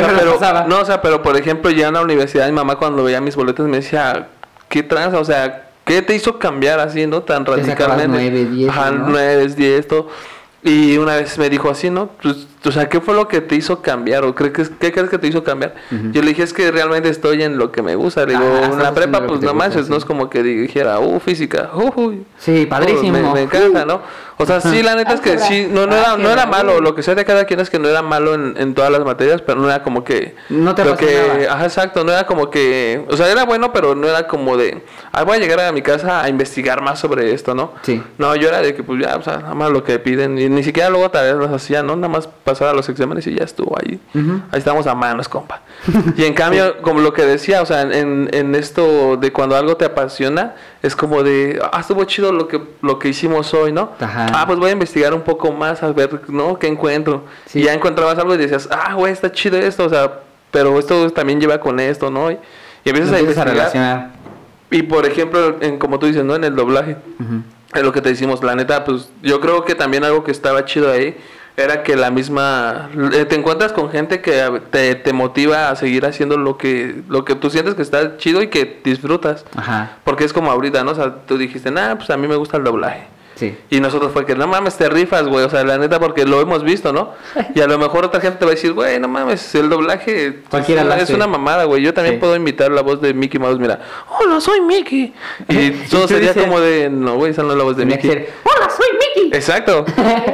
pero por ejemplo, ya en la universidad, mi mamá cuando veía mis boletos me decía, ¿qué tranza? O sea, ¿qué te hizo cambiar así, no? Tan radicalmente. 9, 10, Ajá, ¿no? 9, 10, todo. Y una vez me dijo así, ¿no? Pues, o sea, ¿qué fue lo que te hizo cambiar? ¿O qué crees que te hizo cambiar? Yo le dije, es que realmente estoy en lo que me gusta. Le digo, en la prepa, pues no manches, no es como que dijera, física, sí, padrísimo. Me encanta, ¿no? O sea, sí, la neta es que sí, no era malo. Lo que sé de cada quien es que no era malo en todas las materias, pero no era como que... No te apasionaba. Ajá, exacto, no era como que... O sea, era bueno, pero no era como de... voy a llegar a mi casa a investigar más sobre esto, ¿no? Sí. No, yo era de que, pues ya, o sea, nada más lo que piden. Y ni siquiera luego tareas las hacía, ¿no? Nada más pasar a los exámenes y ya estuvo ahí. Ahí estamos a manos, compa. Y en cambio, como lo que decía, o sea, en esto de cuando algo te apasiona, es como de, estuvo chido lo que hicimos hoy, ¿no? Ajá. Pues voy a investigar un poco más, a ver, ¿no? ¿Qué encuentro? Sí. Y ya encontrabas algo y decías, güey, está chido esto, o sea, pero esto también lleva con esto, ¿no? Y empiezas a investigar. Relacionar. Y por ejemplo, como tú dices, ¿no? En el doblaje. Es lo que te decimos, la neta, pues yo creo que también algo que estaba chido ahí era que la misma... te encuentras con gente que te motiva a seguir haciendo lo que tú sientes que está chido y que disfrutas. Ajá. Porque es como ahorita, ¿no? O sea, tú dijiste, pues a mí me gusta el doblaje. Sí. Y nosotros fue que, no mames, te rifas, güey. O sea, la neta, porque lo hemos visto, ¿no? Y a lo mejor otra gente te va a decir, güey, no mames, el doblaje es una mamada, güey. Yo también puedo imitar la voz de Mickey Mouse. Mira, hola, soy Mickey. Y todo sería como de, no, güey, esa no es la voz de Mickey. Hola, soy Mickey. Exacto.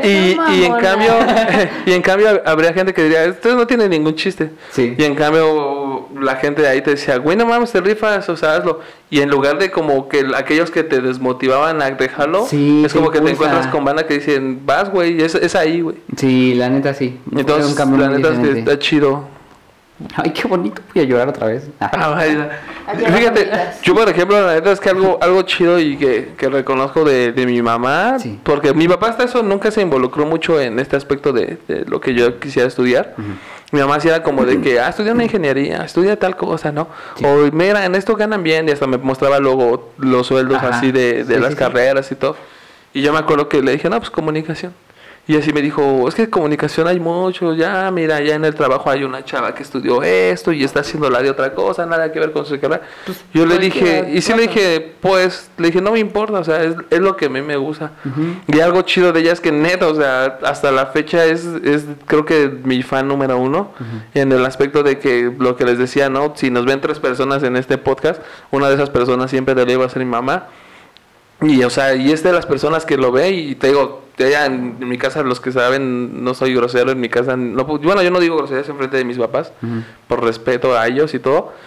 y en cambio habría gente que diría, esto no tiene ningún chiste. Sí. Y en cambio la gente de ahí te decía, güey, no mames, te rifas, o sea, hazlo. Y en lugar de como que aquellos que te desmotivaban a dejarlo, es como que te encuentras con banda que dicen, vas, güey, es ahí, güey. Sí, la neta sí. Entonces, la neta es que está chido. Ay, qué bonito, voy a llorar otra vez. Fíjate, yo por ejemplo, la neta es que algo chido y que reconozco de mi mamá, porque mi papá hasta eso nunca se involucró mucho en este aspecto de lo que yo quisiera estudiar. Mi mamá sí era como de que, estudia una ingeniería, estudia tal cosa, ¿no? Sí. O mira, en esto ganan bien, y hasta me mostraba luego los sueldos así de las carreras y todo. Y yo me acuerdo que le dije, no, pues comunicación. Y así me dijo, es que comunicación hay mucho, ya mira, ya en el trabajo hay una chava que estudió esto y está haciendo la de otra cosa, nada que ver con su carrera. Pues, yo le dije, y sí le dije, no me importa, o sea, es lo que a mí me gusta. Y algo chido de ella es que neta, o sea, hasta la fecha es creo que mi fan número 1, en el aspecto de que lo que les decía, ¿no? Si nos ven 3 personas en este podcast, una de esas personas siempre de ley va a ser mi mamá. Y, o sea, y es de las personas que lo ve y te digo, ella en mi casa, los que saben, no soy grosero en mi casa. Bueno, yo no digo groserías en frente de mis papás, por respeto a ellos y todo.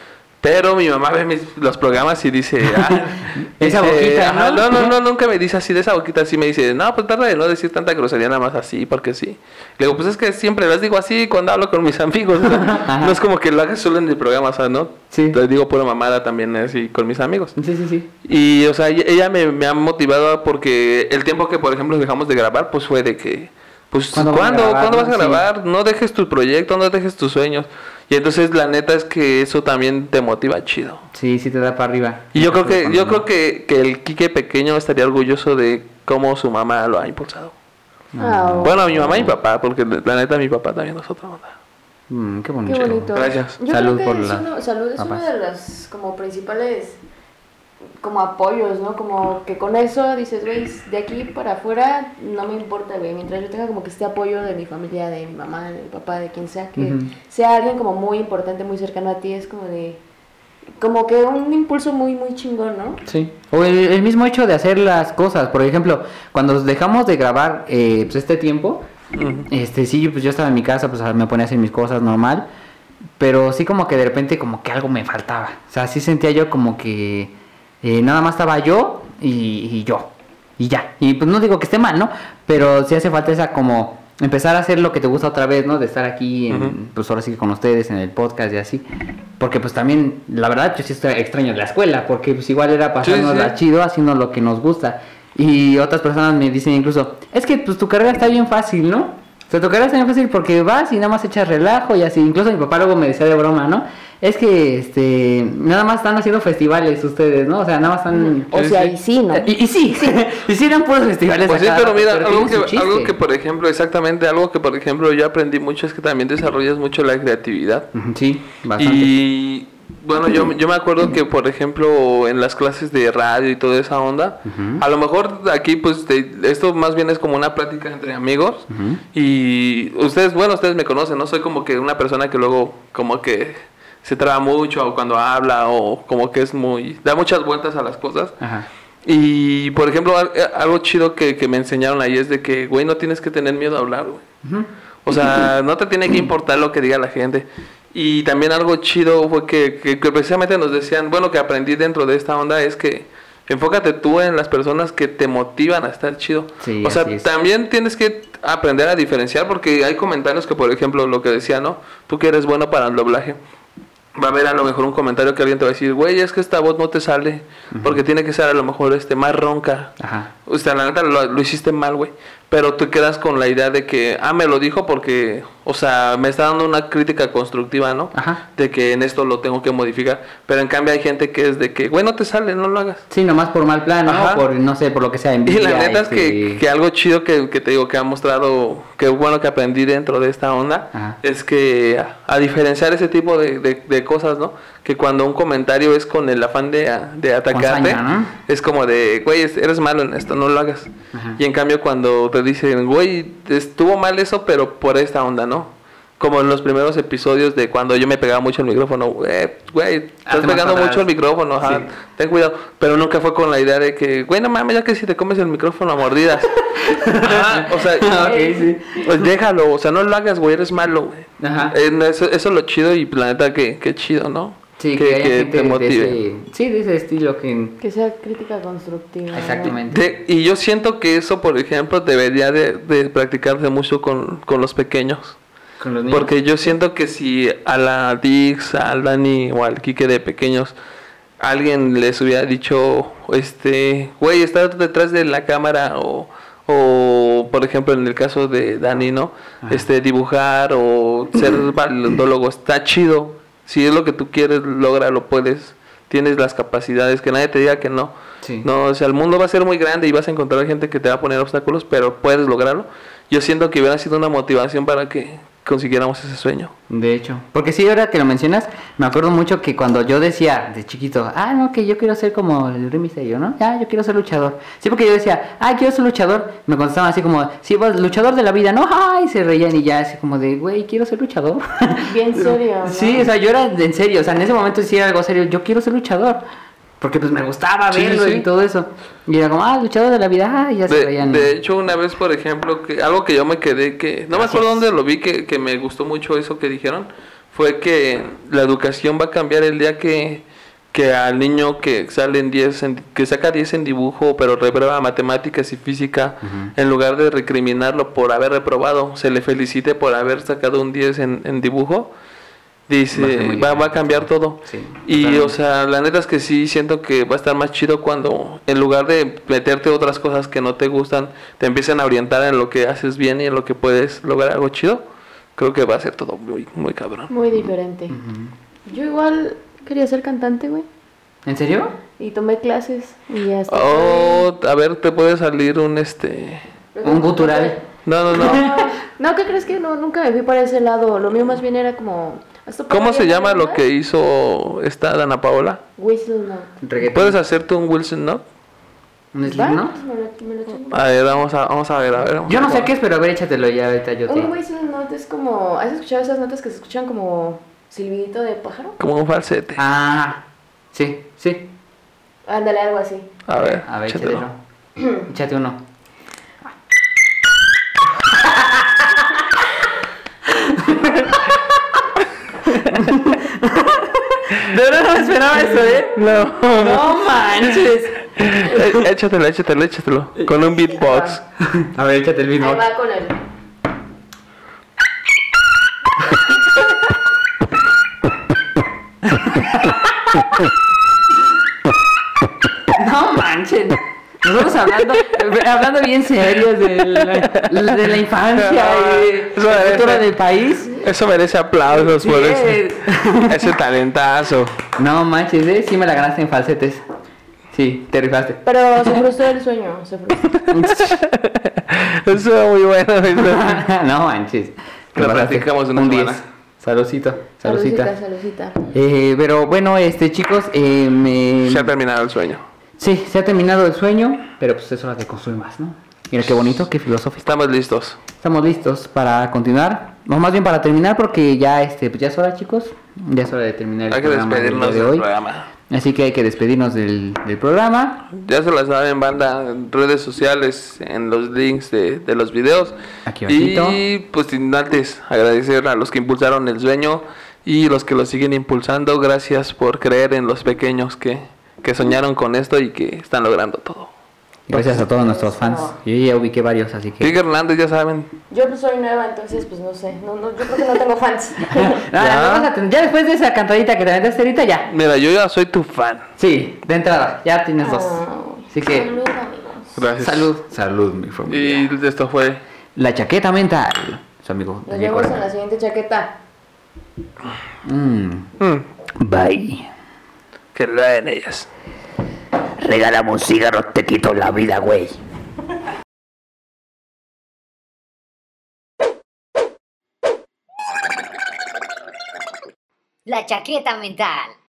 Pero mi mamá ve los programas y dice, esa boquita, ajá, ¿no? no, nunca me dice así de esa boquita, así me dice, no, pues trata de no decir tanta grosería nada más así, porque sí. Le digo, pues es que siempre las digo así cuando hablo con mis amigos, o sea, no es como que lo hagas solo en el programa, o sea, ¿no? Sí. Les digo pura mamada también así con mis amigos. Sí. Y, o sea, ella me ha motivado porque el tiempo que, por ejemplo, dejamos de grabar, pues fue de que, pues, ¿cuándo vas a grabar? Sí. No dejes tu proyecto, no dejes tus sueños. Y entonces la neta es que eso también te motiva chido. Sí, te da para arriba. Y yo creo que el Quique pequeño estaría orgulloso de cómo su mamá lo ha impulsado. Bueno, mi mamá y mi papá, porque la neta mi papá también es otra onda. Qué bonito. Qué bonito. Gracias. Yo Salud creo por que la salud es uno de los como principales como apoyos, ¿no? Como que con eso dices, güey, de aquí para afuera no me importa, güey, mientras yo tenga como que este apoyo de mi familia, de mi mamá, de mi papá, de quien sea, que sea alguien como muy importante, muy cercano a ti, es como que un impulso muy, muy chingón, ¿no? Sí. O el mismo hecho de hacer las cosas, por ejemplo, cuando dejamos de grabar pues este tiempo, sí, pues yo estaba en mi casa, pues me ponía a hacer mis cosas normal, pero sí como que de repente como que algo me faltaba, o sea, sí sentía yo como que nada más estaba yo y yo, y ya, y pues no digo que esté mal, ¿no? Pero sí hace falta esa como empezar a hacer lo que te gusta otra vez, ¿no? De estar aquí, pues ahora sí que con ustedes en el podcast y así, porque pues también, la verdad, yo sí extraño la escuela, porque pues igual era pasárnosla chido haciendo lo que nos gusta, y otras personas me dicen incluso, es que pues tu carrera está bien fácil, ¿no? O sea, tu carrera está bien fácil porque vas y nada más echas relajo y así, incluso mi papá luego me decía de broma, ¿no? Es que nada más están haciendo festivales ustedes, ¿no? O sea, nada más están... O sea, y sí, ¿no? Y sí, y sí eran puros festivales. Pues acá, sí, pero mira, tiene su chiste. algo que por ejemplo, exactamente, algo que por ejemplo yo aprendí mucho es que también desarrollas mucho la creatividad. Sí, bastante. Y bueno, yo me acuerdo que por ejemplo en las clases de radio y toda esa onda, a lo mejor aquí pues esto más bien es como una plática entre amigos y ustedes me conocen, ¿no? Soy como que una persona que luego como que se traba mucho o cuando habla o como que es da muchas vueltas a las cosas. Ajá. Y por ejemplo, algo chido que me enseñaron ahí es de que, güey, no tienes que tener miedo a hablar, güey. O sea, no te tiene que importar lo que diga la gente. Y también algo chido fue que precisamente nos decían, bueno, que aprendí dentro de esta onda es que enfócate tú en las personas que te motivan a estar chido. Sí, o sea, también tienes que aprender a diferenciar porque hay comentarios que, por ejemplo, lo que decía, ¿no? Tú que eres bueno para el doblaje. Va a haber a lo mejor un comentario que alguien te va a decir, güey, es que esta voz no te sale, porque tiene que ser a lo mejor más ronca. Ajá. O sea, la neta lo hiciste mal, güey. Pero tú quedas con la idea de que, me lo dijo porque, o sea, me está dando una crítica constructiva, ¿no? Ajá. De que en esto lo tengo que modificar. Pero en cambio hay gente que es de que, güey, no te sale, no lo hagas. Sí, nomás por mal plan, ¿no? Por, no sé, por lo que sea envidia. Y la neta es que algo chido que te digo que ha mostrado, que bueno que aprendí dentro de esta onda, es que a diferenciar ese tipo de cosas, ¿no? Que cuando un comentario es con el afán de atacarte, saña, ¿no? Es como de, güey, eres malo en esto, no lo hagas. Ajá. Y en cambio cuando te dicen, güey, estuvo mal eso, pero por esta onda, ¿no? Como en los primeros episodios de cuando yo me pegaba mucho el micrófono, güey, estás pegando mucho el micrófono, ajá, sí. Ten cuidado. Pero nunca fue con la idea de que, güey, no mames, ya que si te comes el micrófono a mordidas. Ajá, o sea, sí. Pues déjalo, o sea, no lo hagas, güey, eres malo, güey. Ajá. Eso es lo chido y la neta que chido, ¿no? Sí, que te motive. De ese estilo que sea crítica constructiva. Exactamente. Y yo siento que eso, por ejemplo, debería de practicarse mucho con los pequeños. ¿Con los niños? Porque yo siento que si a la Dix, al Dani o al Quique de pequeños alguien les hubiera dicho, güey, está detrás de la cámara o por ejemplo en el caso de Dani, ¿no? Dibujar o ser paleontólogo está chido. Si es lo que tú quieres, lógralo, puedes, tienes las capacidades, que nadie te diga que no. Sí. No, o sea, el mundo va a ser muy grande y vas a encontrar gente que te va a poner obstáculos, pero puedes lograrlo. Yo siento que hubiera sido una motivación para que consiguiéramos ese sueño. De hecho, porque sí, ahora que lo mencionas, me acuerdo mucho que cuando yo decía de chiquito, no, que yo quiero ser como el Rey Mysterio, ¿no? Yo quiero ser luchador. Sí, porque yo decía, quiero ser luchador, me contestaban así como, sí, pues, luchador de la vida, ¿no? Y se reían y ya, así como de, güey, quiero ser luchador. Bien serio, ¿no? Sí, o sea, yo era en serio, o sea, en ese momento sí era algo serio, yo quiero ser luchador. Porque pues me gustaba verlo y todo eso. Y era como, luchador de la vida, y ya se reían. De hecho, una vez, por ejemplo, algo que yo me quedé, que no me acuerdo dónde lo vi, que me gustó mucho eso que dijeron, fue que la educación va a cambiar el día que al niño que sale en 10 que saca 10 en dibujo, pero reprueba matemáticas y física, en lugar de recriminarlo por haber reprobado, se le felicite por haber sacado un 10 en dibujo. Dice, va a cambiar todo. Sí, y totalmente. o sea, la neta es que sí siento que va a estar más chido cuando en lugar de meterte otras cosas que no te gustan, te empiecen a orientar en lo que haces bien y en lo que puedes lograr algo chido. Creo que va a ser todo muy, muy cabrón. Muy diferente. Yo igual quería ser cantante, güey. ¿En serio? Y tomé clases y ya está. Oh, a ver, te puede salir un Un gutural. No. No, ¿qué crees que no? Nunca me fui para ese lado. Lo mío más bien era como... ¿Cómo se llama lo que hizo esta Dana Paola? Whistle Note. Reggaetón. ¿Puedes hacerte un Wilson, no? ¿Un ¿Va? Slipknot? Me lo chingo. A ver, vamos a ver. Yo no sé qué es, pero a ver, échatelo ya ahorita yo te... Un whistle note es como... ¿Has escuchado esas notas que se escuchan como silbidito de pájaro? Como un falsete. Ah, sí. Ándale, algo así. A ver, A ver, échatelo. échatelo. Échate uno. De verdad no me esperaba eso, ¿eh? No manches. Échatelo. Con un beatbox. A ver, échate el Ahí beatbox. va con él. No manches. Nosotros hablando bien serios de la infancia y Eso la merece- cultura del país. Eso merece aplausos por Sí. ese talentazo. No manches, sí me la ganaste en falsetes. Sí, te rifaste. Pero se frustró el sueño. Se frustró. Eso es muy bueno. No manches. Lo Te pasaste. practicamos una Un semana. 10. Saludcita. Saludcita. Pero bueno, chicos, Se ha terminado el sueño. sí, se ha terminado el sueño, pero pues es hora de construir más, ¿no? Mira qué bonito, qué filosófico. Estamos listos. Estamos listos para continuar, no, más bien para terminar, porque ya pues ya es hora, chicos. Ya es hora de terminar el Hay que programa despedirnos día de del hoy. programa. Así que hay que despedirnos del programa. Ya se las saben, banda, en redes sociales, en los links de los videos. Aquí abajito. Y pues sin antes agradecer a los que impulsaron el sueño y los que lo siguen impulsando. Gracias por creer en los pequeños que soñaron con esto y que están logrando todo. Gracias a todos nuestros fans. Yo ya ubiqué varios, así que... Tigre Hernández, ya saben. Yo pues soy nueva, entonces pues no sé. No, yo creo que no tengo fans. Ya después de esa cantadita que te aventaste ahorita, ya. Mira, yo ya soy tu fan. Sí, de entrada, ya tienes dos. Así que, Salud, amigos. Gracias. salud, mi familia. Y esto fue. La chaqueta mental, su amigo. Nos Daniel vemos en Corona. la siguiente chaqueta. Bye. Que lo hagan ellas. Regálame un cigarro, te quito la vida, güey. La chaqueta mental.